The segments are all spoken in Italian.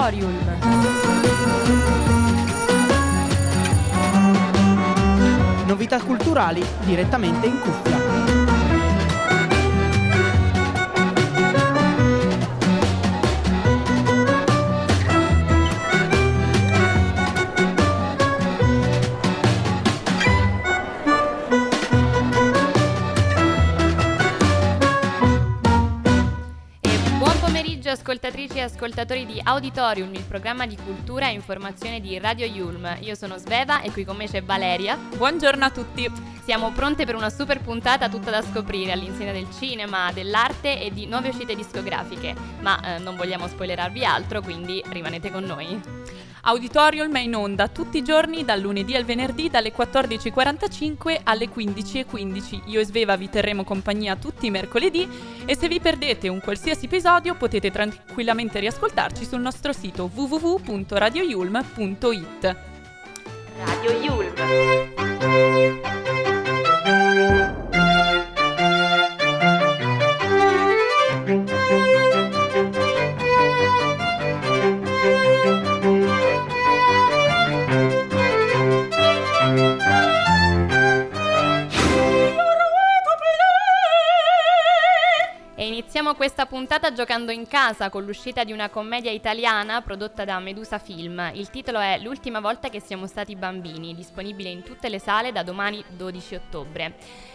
Auditorium. Novità culturali direttamente in cuffia. Ascoltatrici e ascoltatori di Auditorium, il programma di cultura e informazione di Radio Yulm. Io sono Sveva e qui con me c'è Valeria. Buongiorno a tutti. Siamo pronte per una super puntata tutta da scoprire all'insegna del cinema, dell'arte e di nuove uscite discografiche. Ma non vogliamo spoilerarvi altro, quindi rimanete con noi. Auditorium è in onda tutti i giorni dal lunedì al venerdì dalle 14.45 alle 15.15. Io e Sveva vi terremo compagnia tutti i mercoledì e se vi perdete un qualsiasi episodio potete tranquillamente riascoltarci sul nostro sito www.radioyulm.it. Radio Yulm. Iniziamo questa puntata giocando in casa con l'uscita di una commedia italiana prodotta da Medusa Film. Il titolo è L'ultima volta che siamo stati bambini, disponibile in tutte le sale da domani 12 ottobre.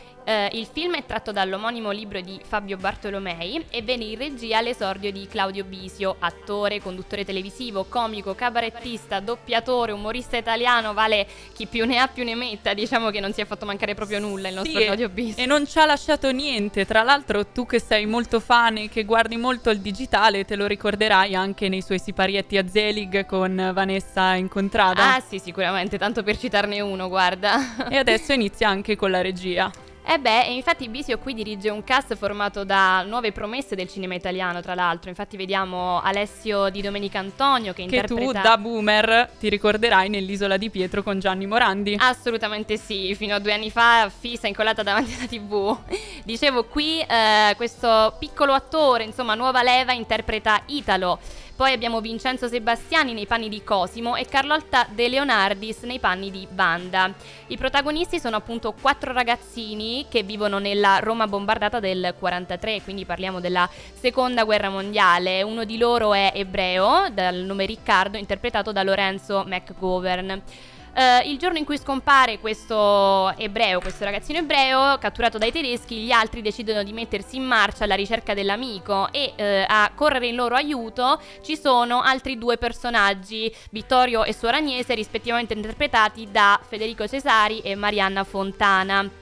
Il film è tratto dall'omonimo libro di Fabio Bartolomei e venne in regia all'esordio di Claudio Bisio, attore, conduttore televisivo, comico, cabarettista, doppiatore, umorista italiano, vale chi più ne ha più ne metta, diciamo che non si è fatto mancare proprio nulla il nostro Claudio Bisio. E non ci ha lasciato niente, tra l'altro tu che sei molto fan e che guardi molto il digitale te lo ricorderai anche nei suoi siparietti a Zelig con Vanessa Incontrada. Ah sì, sicuramente, tanto per citarne uno, guarda. E adesso inizia anche con la regia. E infatti Bisio qui dirige un cast formato da nuove promesse del cinema italiano, tra l'altro. Infatti vediamo Alessio Di Domenica Antonio che interpreta... tu da boomer ti ricorderai nell'Isola di Pietro con Gianni Morandi. Assolutamente sì, fino a 2 anni fa fissa incollata davanti alla TV. Dicevo qui questo piccolo attore, insomma nuova leva, interpreta Italo. Poi abbiamo Vincenzo Sebastiani nei panni di Cosimo e Carlotta De Leonardis nei panni di Wanda. I protagonisti sono appunto 4 ragazzini che vivono nella Roma bombardata del 43, quindi parliamo della seconda guerra mondiale. Uno di loro è ebreo, dal nome Riccardo, interpretato da Lorenzo McGovern. Il giorno in cui scompare questo ragazzino ebreo, catturato dai tedeschi, gli altri decidono di mettersi in marcia alla ricerca dell'amico e a correre in loro aiuto ci sono altri 2 personaggi, Vittorio e Suor Agnese, rispettivamente interpretati da Federico Cesari e Marianna Fontana.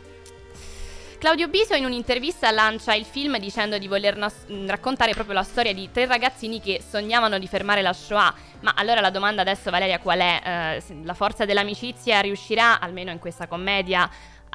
Claudio Bisio in un'intervista lancia il film dicendo di voler raccontare proprio la storia di 3 ragazzini che sognavano di fermare la Shoah. Ma allora la domanda adesso, Valeria, qual è? La forza dell'amicizia riuscirà, almeno in questa commedia,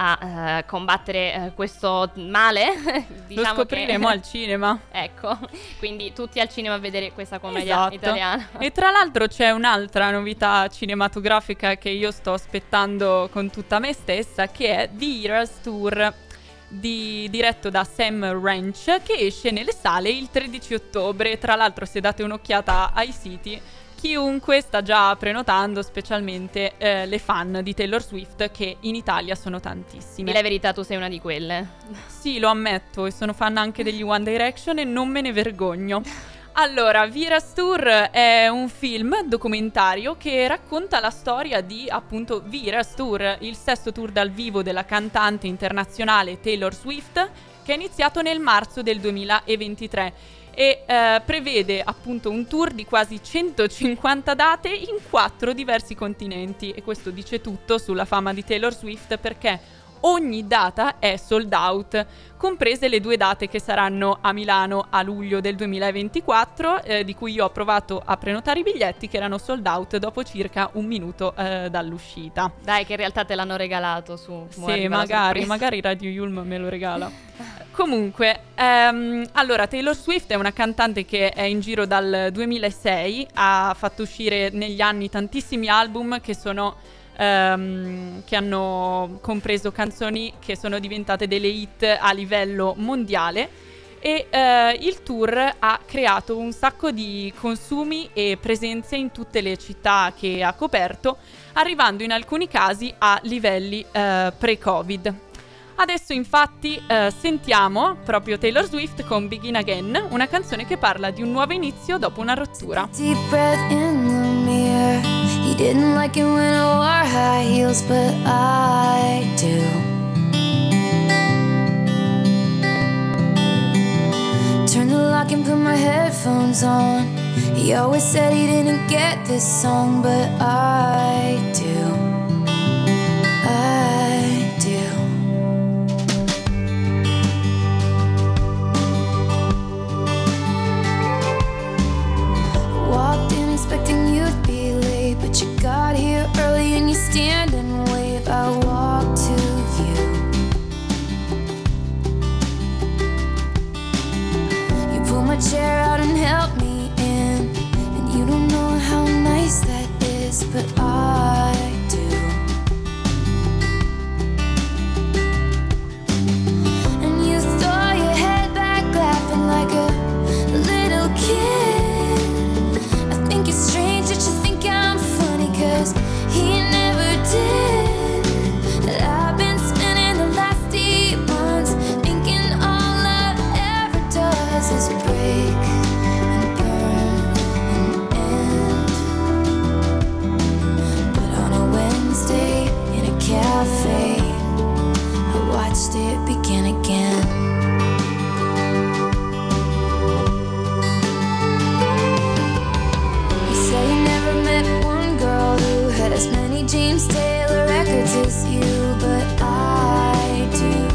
a combattere questo male? Diciamo lo scopriremo al cinema. Ecco, quindi tutti al cinema a vedere questa commedia italiana. E tra l'altro c'è un'altra novità cinematografica che io sto aspettando con tutta me stessa, che è The Eras Tour, diretto da Sam Ranch, che esce nelle sale il 13 ottobre. Tra l'altro, se date un'occhiata ai siti, chiunque sta già prenotando, specialmente le fan di Taylor Swift, che in Italia sono tantissime. Di la verità, tu sei una di quelle. Sì, lo ammetto, e sono fan anche degli One Direction e non me ne vergogno. Allora, Eras Tour è un film documentario che racconta la storia di, appunto, Eras Tour, il 6º tour dal vivo della cantante internazionale Taylor Swift, che è iniziato nel marzo del 2023 e prevede appunto un tour di quasi 150 date in 4 diversi continenti. E questo dice tutto sulla fama di Taylor Swift, perché ogni data è sold out, comprese le 2 date che saranno a Milano a luglio del 2024, di cui io ho provato a prenotare i biglietti, che erano sold out dopo circa 1 minuto dall'uscita. Dai, che in realtà te l'hanno regalato su. Sì, magari Radio Yulm me lo regala. Comunque, allora, Taylor Swift è una cantante che è in giro dal 2006, ha fatto uscire negli anni tantissimi album che hanno compreso canzoni che sono diventate delle hit a livello mondiale, e il tour ha creato un sacco di consumi e presenze in tutte le città che ha coperto, arrivando in alcuni casi a livelli pre-Covid. Adesso infatti sentiamo proprio Taylor Swift con Begin Again, una canzone che parla di un nuovo inizio dopo una rottura. Deep breath in the mirror. He didn't like it when I wore high heels, but I do. Turn the lock and put my headphones on. He always said he didn't get this song, but I do. I do. Walked in expecting you'd be late, but you got here early and you stand and wave. I walk to you. You pull my chair out and help me in, and you don't know how nice that is, but I do. And you throw your head back laughing like a little kid. I think it's strange that you think I'm funny, 'cause he never did. And I've been spending the last 8 months thinking all love ever does is break and burn and end. But on a Wednesday in a cafe, I watched it begin again. You say you never met one girl who had as many James Taylor records as you, but I do.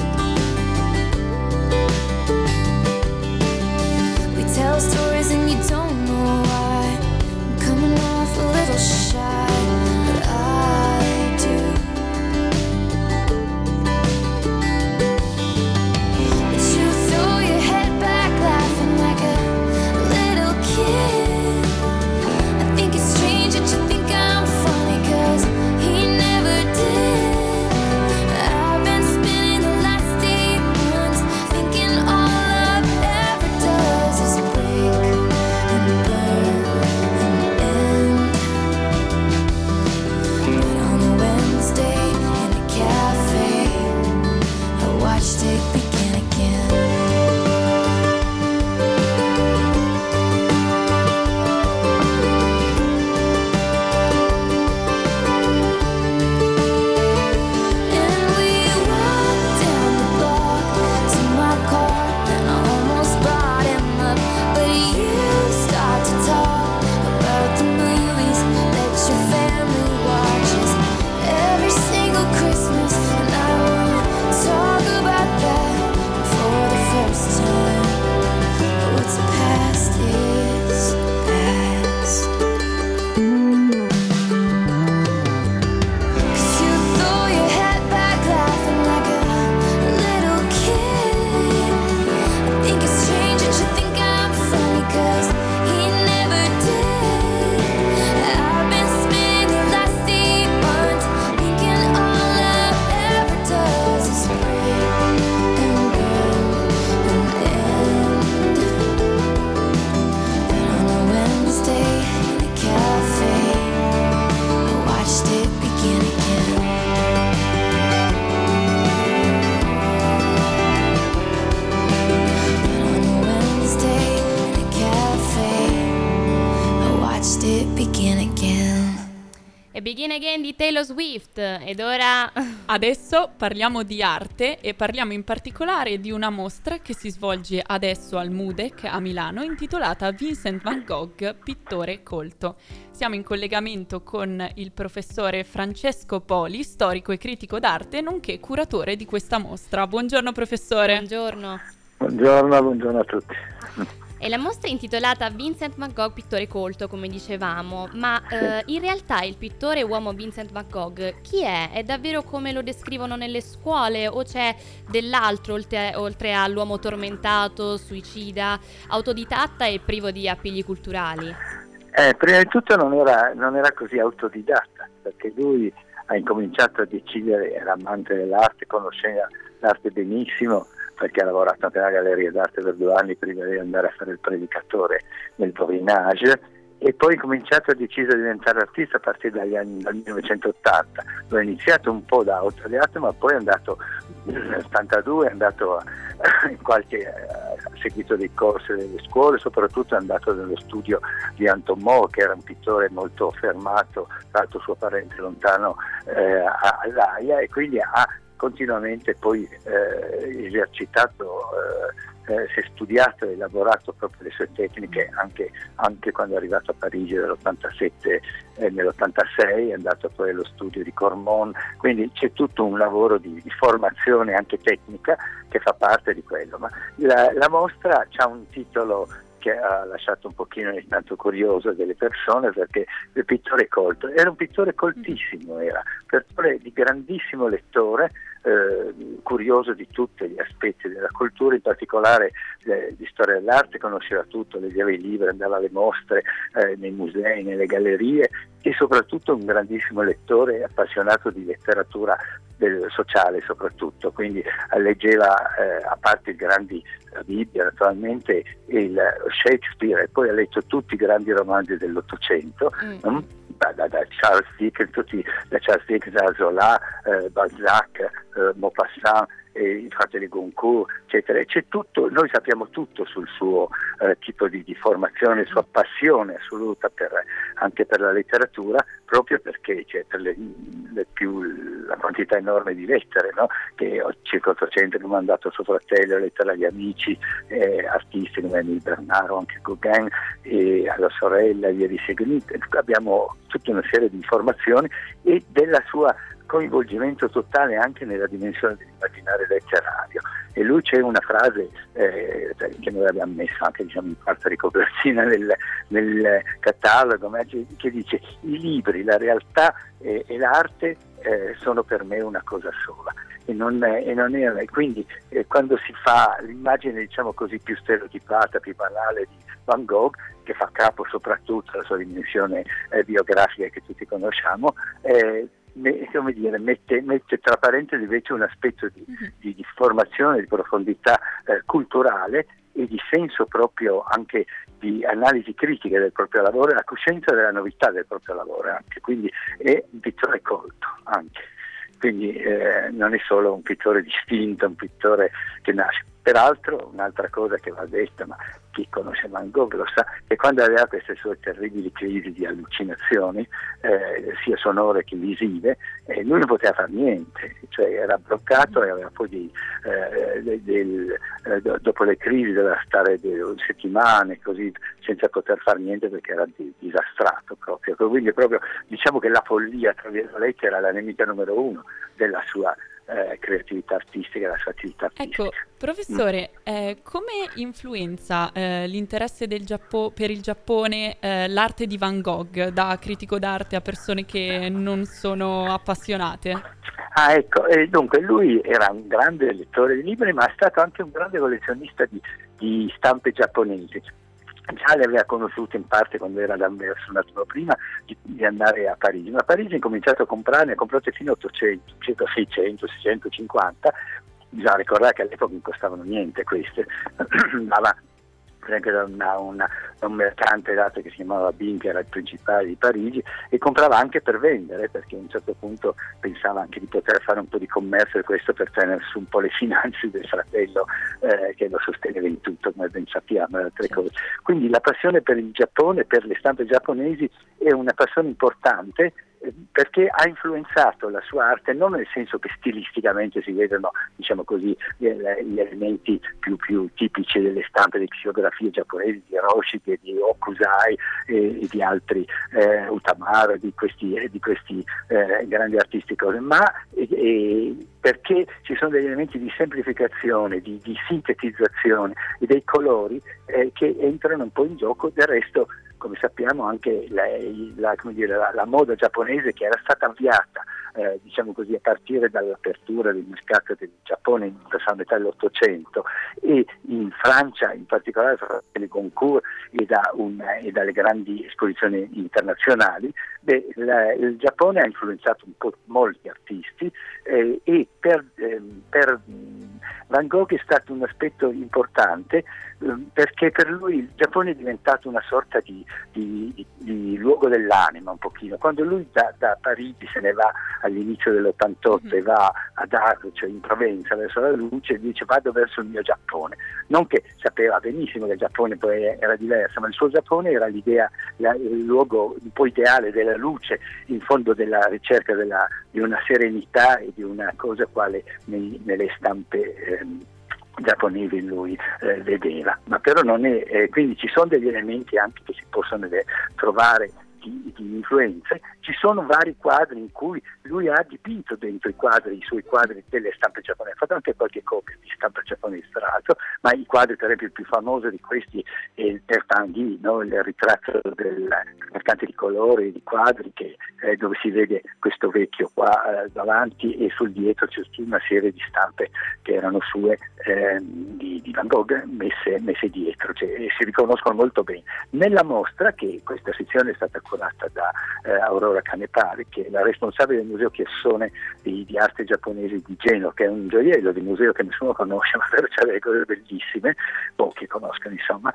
We tell stories and you don't know why. I'm coming off a little shy, but I do. But you throw your head back laughing like a little kid. I think it's strange that you think I'm funny, 'cause he never did. I've been spending the last 8 months thinking all love ever does is break and burn and end. But on a Wednesday in a cafe, I watched it begin again. And we walked down the block to my car, and I almost brought him up, but you started to talk about the movies that your family watches every single Christmas, and I wanna talk about that for the first time. What's past is past. 'Cause you throw your head back laughing like a little kid. I think it's strange that you think I'm funny, 'cause he never did. I've been spending the last 8 months thinking all love ever does is break and burn and end. But on a Wednesday in a cafe, I watched it begin again. But on a Wednesday in a cafe, I watched it begin again. E Begin Again di Taylor Swift. Ed ora Adesso parliamo di arte e parliamo in particolare di una mostra che si svolge adesso al MUDEC a Milano, intitolata Vincent van Gogh, pittore colto. Siamo in collegamento con il professore Francesco Poli, storico e critico d'arte, nonché curatore di questa mostra. Buongiorno professore. buongiorno. Buongiorno a tutti. E la mostra è intitolata Vincent van Gogh, pittore colto, come dicevamo, ma in realtà il pittore uomo Vincent van Gogh chi è? È davvero come lo descrivono nelle scuole o c'è dell'altro oltre all'uomo tormentato, suicida, autodidatta e privo di appigli culturali? Prima di tutto non era così autodidatta, perché lui ha incominciato a decidere, era amante dell'arte, conosceva l'arte benissimo, perché ha lavorato anche nella Galleria d'Arte per 2 anni prima di andare a fare il predicatore nel Borinage, e poi ha deciso di diventare artista a partire dal 1980. L'ho iniziato un po' da autodidatta, ma poi è andato nel 82, è andato ha seguito dei corsi nelle scuole, soprattutto è andato nello studio di Anton Moore, che era un pittore molto affermato, tra l'altro suo parente lontano all'Aia, e quindi ha continuamente poi esercitato, si è studiato e elaborato proprio le sue tecniche anche quando è arrivato a Parigi nell'87 e nell'86, è andato poi allo studio di Cormon, quindi c'è tutto un lavoro di formazione anche tecnica che fa parte di quello. Ma la mostra ha un titolo che ha lasciato un pochino ogni tanto curioso delle persone, perché il pittore colto era un pittore coltissimo, era un pittore di grandissimo lettore, curioso di tutti gli aspetti della cultura, in particolare di storia dell'arte, conosceva tutto, leggeva i libri, andava alle mostre nei musei, nelle gallerie, e soprattutto un grandissimo lettore appassionato di letteratura sociale soprattutto, quindi leggeva a parte i grandi, la Bibbia naturalmente, il Shakespeare, e poi ha letto tutti i grandi romanzi dell'Ottocento, da Charles Dickens a Zola, Balzac, Maupassant, i fratelli Goncourt, eccetera. C'è tutto, noi sappiamo tutto sul suo tipo di formazione, sua passione assoluta anche per la letteratura, proprio perché c'è per la quantità enorme di lettere, no? Che circa 800 che ha mandato suo fratello, lettere agli amici, artisti come Emile Bernard, anche Gauguin, e alla sorella, via di seguito. Abbiamo tutta una serie di informazioni e della sua coinvolgimento totale anche nella dimensione dell'immaginario letterario. E lui, c'è una frase che noi abbiamo messo anche in quarta di copertina nel catalogo, che dice: i libri, la realtà e l'arte sono per me una cosa sola. E non è, quindi quando si fa l'immagine, diciamo così, più stereotipata, più banale di Van Gogh, che fa capo soprattutto alla sua dimensione biografica che tutti conosciamo, mette tra parentesi invece un aspetto di formazione, di profondità culturale e di senso proprio anche di analisi critica del proprio lavoro, e la coscienza della novità del proprio lavoro anche, quindi è un pittore colto anche. Quindi non è solo un pittore distinto, un pittore che nasce. Peraltro, un'altra cosa che va detta, ma chi conosce Van Gogh lo sa, che quando aveva queste sue terribili crisi di allucinazioni, sia sonore che visive, lui non poteva fare niente, cioè era bloccato e aveva poi dopo le crisi doveva stare settimane così senza poter fare niente, perché era disastrato proprio. Quindi proprio, diciamo che la follia, tra virgolette, era la nemica numero uno della sua creatività artistica, la sua attività artistica. Ecco, professore, come influenza l'interesse per il Giappone l'arte di Van Gogh, da critico d'arte a persone che non sono appassionate? Ecco, dunque lui era un grande lettore di libri, ma è stato anche un grande collezionista di stampe giapponesi. Già le aveva conosciute in parte quando era ad Anverso un attimo prima di andare a Parigi, ma a Parigi ha incominciato a comprarne, ha comprato fino a 800, circa 600, 650. Bisogna ricordare che all'epoca non costavano niente queste, ma anche da un mercante dato che si chiamava Bin, che era il principale di Parigi, e comprava anche per vendere, perché a un certo punto pensava anche di poter fare un po' di commercio, e questo per tenere su un po' le finanze del fratello che lo sosteneva in tutto, come ben sappiamo, e altre cose. Quindi la passione per il Giappone, per le stampe giapponesi, è una passione importante, perché ha influenzato la sua arte, non nel senso che stilisticamente si vedono, diciamo così, gli elementi più tipici delle stampe di psicografie giapponesi, di Roshi, di Hokusai e di altri Utamaro, di questi grandi artisti, ma perché ci sono degli elementi di semplificazione, di sintetizzazione e dei colori che entrano un po' in gioco. Del resto, come sappiamo, anche la moda giapponese, che era stata avviata diciamo così a partire dall'apertura del mercato del Giappone a metà dell'Ottocento, e in Francia in particolare fra le Goncourt e dalle grandi esposizioni internazionali, Il Giappone ha influenzato un po' molti artisti e per Van Gogh è stato un aspetto importante perché per lui il Giappone è diventato una sorta di luogo dell'anima un pochino. Quando lui da Parigi se ne va all'inizio dell'88 e va ad Arles, cioè in Provenza, verso la luce, dice vado verso il mio Giappone. Non che sapeva benissimo che il Giappone poi era diverso, ma il suo Giappone era l'idea, il luogo un po' ideale della luce, in fondo della ricerca di una serenità e di una cosa quale nelle stampe giapponesi lui vedeva, ma però non è, quindi ci sono degli elementi anche che si possono trovare di influenze. Ci sono vari quadri in cui lui ha dipinto dentro i suoi quadri delle stampe giapponesi, ha fatto anche qualche copia di stampa giapponese tra l'altro, ma i quadri per esempio il più famoso di questi è il Tertanghi, no? Il ritratto del mercante di colori, di quadri dove si vede questo vecchio qua davanti e sul dietro c'è una serie di stampe che erano sue di Van Gogh messe dietro, e si riconoscono molto bene. Nella mostra, che questa sezione è stata curata da Aurora Canepari, che è la responsabile del Museo Chiassone di arte giapponese di Genova, che è un gioiello di museo che nessuno conosce, ma però c'ha delle cose bellissime, pochi conoscono insomma,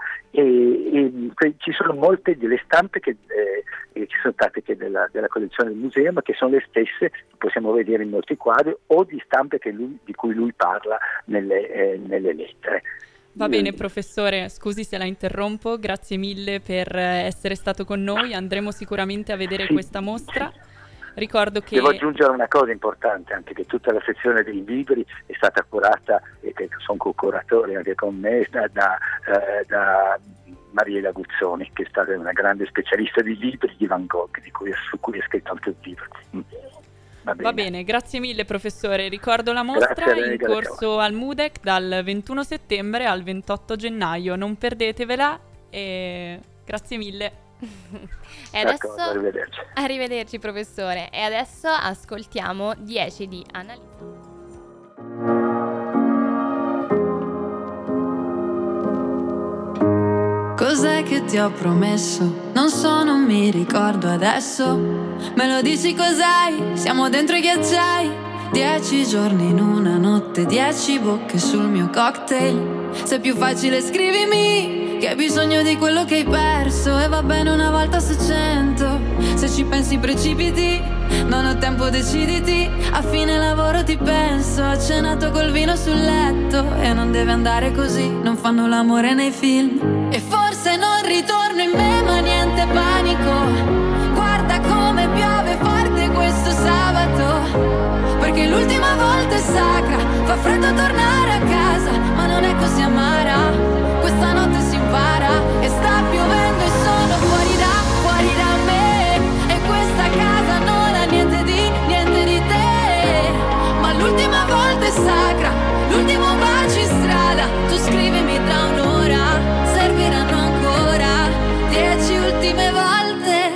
e ci sono molte delle stampe che ci sono state della collezione del museo, ma che sono le stesse che possiamo vedere in molti quadri o di stampe di cui lui parla nelle lettere. Va bene professore, scusi se la interrompo, grazie mille per essere stato con noi, andremo sicuramente a vedere questa mostra. Ricordo che... Devo aggiungere una cosa importante, anche che tutta la sezione dei libri è stata curata, e che sono co-curatori anche con me, da Mariela Guzzoni, che è stata una grande specialista di libri di Van Gogh, su cui ha scritto anche un libro. Va bene, grazie mille professore. Ricordo la mostra in corso al MUDEC dal 21 settembre al 28 gennaio. Non perdetevela e grazie mille. E adesso arrivederci professore. E adesso ascoltiamo 10 di Annalisa. Cos'è che ti ho promesso? Non so, non mi ricordo adesso. Me lo dici cos'hai? Siamo dentro i ghiacciai. 10 giorni in una notte, 10 bocche sul mio cocktail. Se è più facile scrivimi che hai bisogno di quello che hai perso. E va bene una volta su 100. Se ci pensi precipiti, non ho tempo, deciditi. A fine lavoro ti penso, ho cenato col vino sul letto. E non deve andare così, non fanno l'amore nei film. E forse non ritorno in me, ma niente panico. Guarda come piove forte questo sabato, perché l'ultima volta è sacra. Fa freddo tornare a casa, ma non è così amara. Questa notte si impara e sta piovendo e sono fuori da me. E questa casa non ha niente di te. Ma l'ultima volta è sacra, l'ultimo bacio in strada. Tu scrivimi tra un'ora, serviranno ancora 10 ultime volte.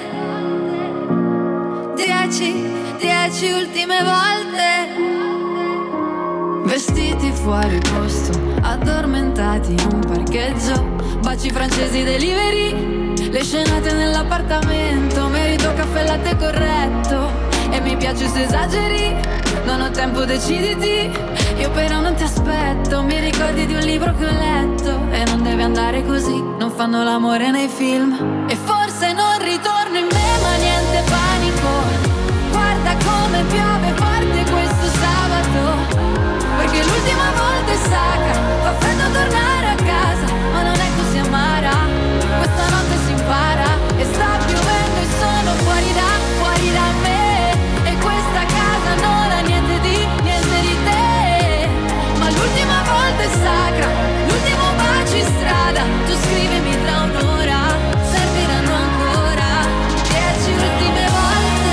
10 ultime volte. Vestiti fuori posto, addormentati in un parcheggio. Baci francesi delivery, le scenate nell'appartamento. Merito caffè latte corretto e mi piace se esageri. Non ho tempo, deciditi. Io però non ti aspetto. Mi ricordi di un libro che ho letto. E non deve andare così, non fanno l'amore nei film. E forse non ritorno in me, ma niente panico. Guarda come piove forte questo sabato, perché l'ultima volta è sacra. Fa freddo tornare a casa, ma non è così amara. Questa notte si impara e sta piovendo e sono fuori da me. E questa casa non ha niente di te. Ma l'ultima volta è sacra, l'ultimo bacio in strada. Tu scrivimi tra un'ora, serviranno ancora 10 ultime volte.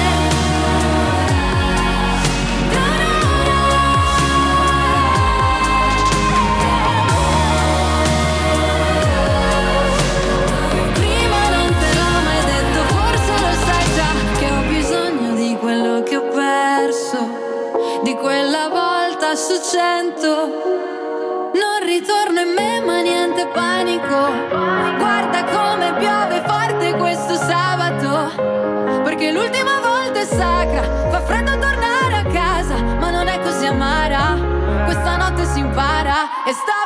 Prima non te l'ho mai detto, forse lo sai già, che ho bisogno di quello che ho perso, di quella volta su 100. Non ritorno in me, ma niente panico. Guarda come piove forte questo sabato, perché l'ultima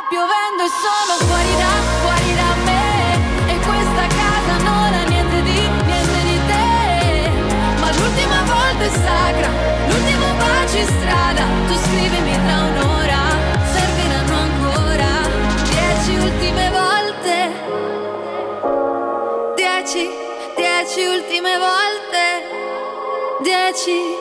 piovendo e sono fuori da me. E questa casa non ha niente di te. Ma l'ultima volta è sacra, l'ultimo bacio in strada. Tu scrivimi tra un'ora, serviranno ancora 10 ultime volte. 10 ultime volte. 10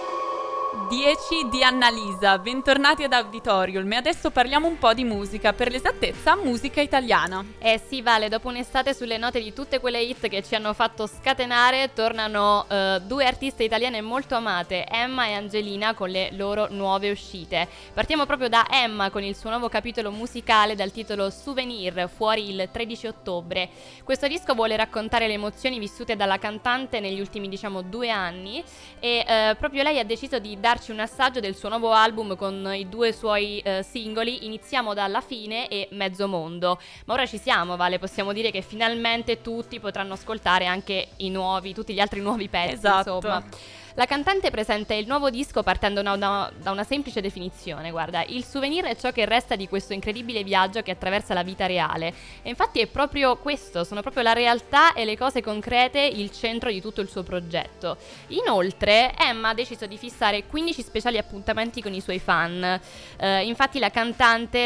di Annalisa, bentornati ad Auditorium e adesso parliamo un po' di musica, per l'esattezza musica italiana. Sì, Vale, dopo un'estate sulle note di tutte quelle hit che ci hanno fatto scatenare, tornano due artiste italiane molto amate, Emma e Angelina, con le loro nuove uscite. Partiamo proprio da Emma con il suo nuovo capitolo musicale dal titolo Souvenir, fuori il 13 ottobre. Questo disco vuole raccontare le emozioni vissute dalla cantante negli ultimi 2 anni e proprio lei ha deciso di darci un assaggio del suo nuovo album con i 2 suoi singoli Iniziamo dalla fine e Mezzo mondo. Ma ora ci siamo, Vale, possiamo dire che finalmente tutti potranno ascoltare anche tutti gli altri nuovi pezzi. Esatto. Insomma. La cantante presenta il nuovo disco partendo da una semplice definizione, guarda, il souvenir è ciò che resta di questo incredibile viaggio che attraversa la vita reale e infatti è proprio questo, sono proprio la realtà e le cose concrete il centro di tutto il suo progetto. Inoltre Emma ha deciso di fissare 15 speciali appuntamenti con i suoi fan, infatti la cantante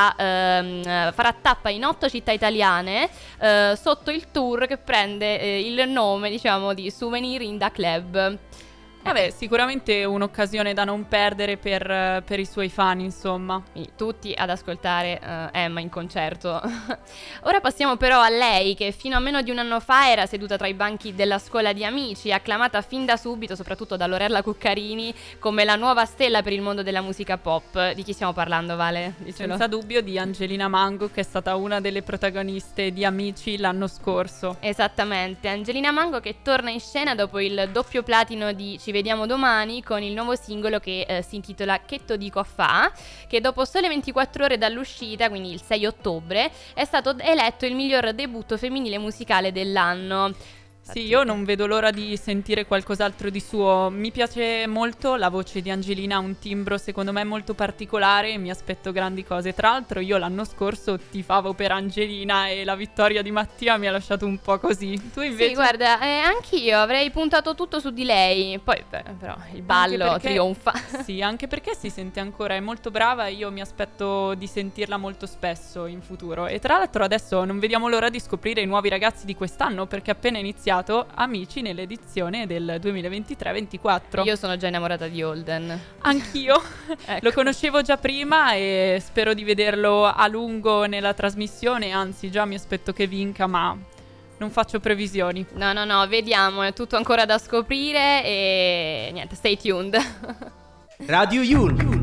farà tappa in 8 città italiane sotto il tour che prende il nome, diciamo, di Souvenir in the Club. Vabbè, sicuramente un'occasione da non perdere per i suoi fan, insomma. Quindi tutti ad ascoltare Emma in concerto. Ora passiamo però a lei, che fino a meno di un anno fa era seduta tra i banchi della scuola di Amici, acclamata fin da subito, soprattutto da Lorella Cuccarini, come la nuova stella per il mondo della musica pop. Di chi stiamo parlando, Vale? Dicelo. Senza dubbio di Angelina Mango, che è stata una delle protagoniste di Amici l'anno scorso. Esattamente, Angelina Mango che torna in scena dopo il doppio platino di Ci vediamo domani con il nuovo singolo che si intitola Che to dico a fa, che dopo sole 24 ore dall'uscita, quindi il 6 ottobre, è stato eletto il miglior debutto femminile musicale dell'anno. Sì, io non vedo l'ora di sentire qualcos'altro di suo. Mi piace molto la voce di Angelina, ha un timbro secondo me molto particolare e mi aspetto grandi cose. Tra l'altro io l'anno scorso tifavo per Angelina e la vittoria di Mattia mi ha lasciato un po' così. Tu invece? Sì, guarda, anch'io avrei puntato tutto su di lei, poi però il ballo trionfa. Sì, anche perché si sente ancora, è molto brava e io mi aspetto di sentirla molto spesso in futuro. E tra l'altro adesso non vediamo l'ora di scoprire i nuovi ragazzi di quest'anno, perché appena iniziato Amici nell'edizione del 2023-24. Io sono già innamorata di Holden. Anch'io. Ecco. Lo conoscevo già prima e spero di vederlo a lungo nella trasmissione, anzi già mi aspetto che vinca, ma non faccio previsioni. No, vediamo, è tutto ancora da scoprire e niente, stay tuned. Radio Yulm.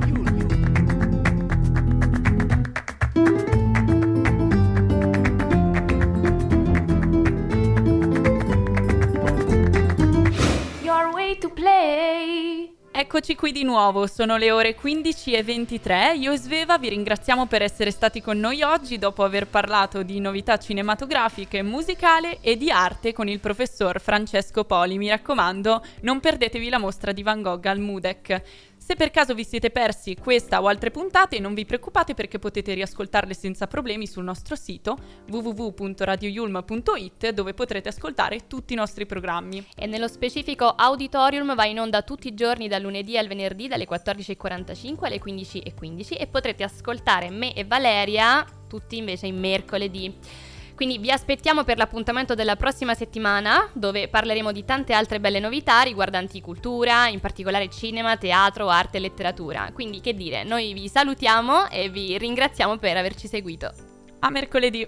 Eccoci qui di nuovo, sono le ore 15:23, io e Sveva vi ringraziamo per essere stati con noi oggi dopo aver parlato di novità cinematografiche, musicale e di arte con il professor Francesco Poli. Mi raccomando, non perdetevi la mostra di Van Gogh al MUDEC. Se per caso vi siete persi questa o altre puntate, non vi preoccupate perché potete riascoltarle senza problemi sul nostro sito www.radioyulm.it, dove potrete ascoltare tutti i nostri programmi. E nello specifico Auditorium va in onda tutti i giorni dal lunedì al venerdì dalle 14:45 alle 15:15 e potrete ascoltare me e Valeria tutti invece in mercoledì. Quindi vi aspettiamo per l'appuntamento della prossima settimana, dove parleremo di tante altre belle novità riguardanti cultura, in particolare cinema, teatro, arte e letteratura. Quindi che dire, noi vi salutiamo e vi ringraziamo per averci seguito. A mercoledì!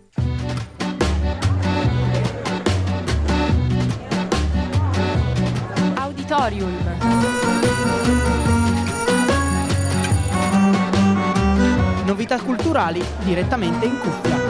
Auditorium. Novità culturali direttamente in cuffia.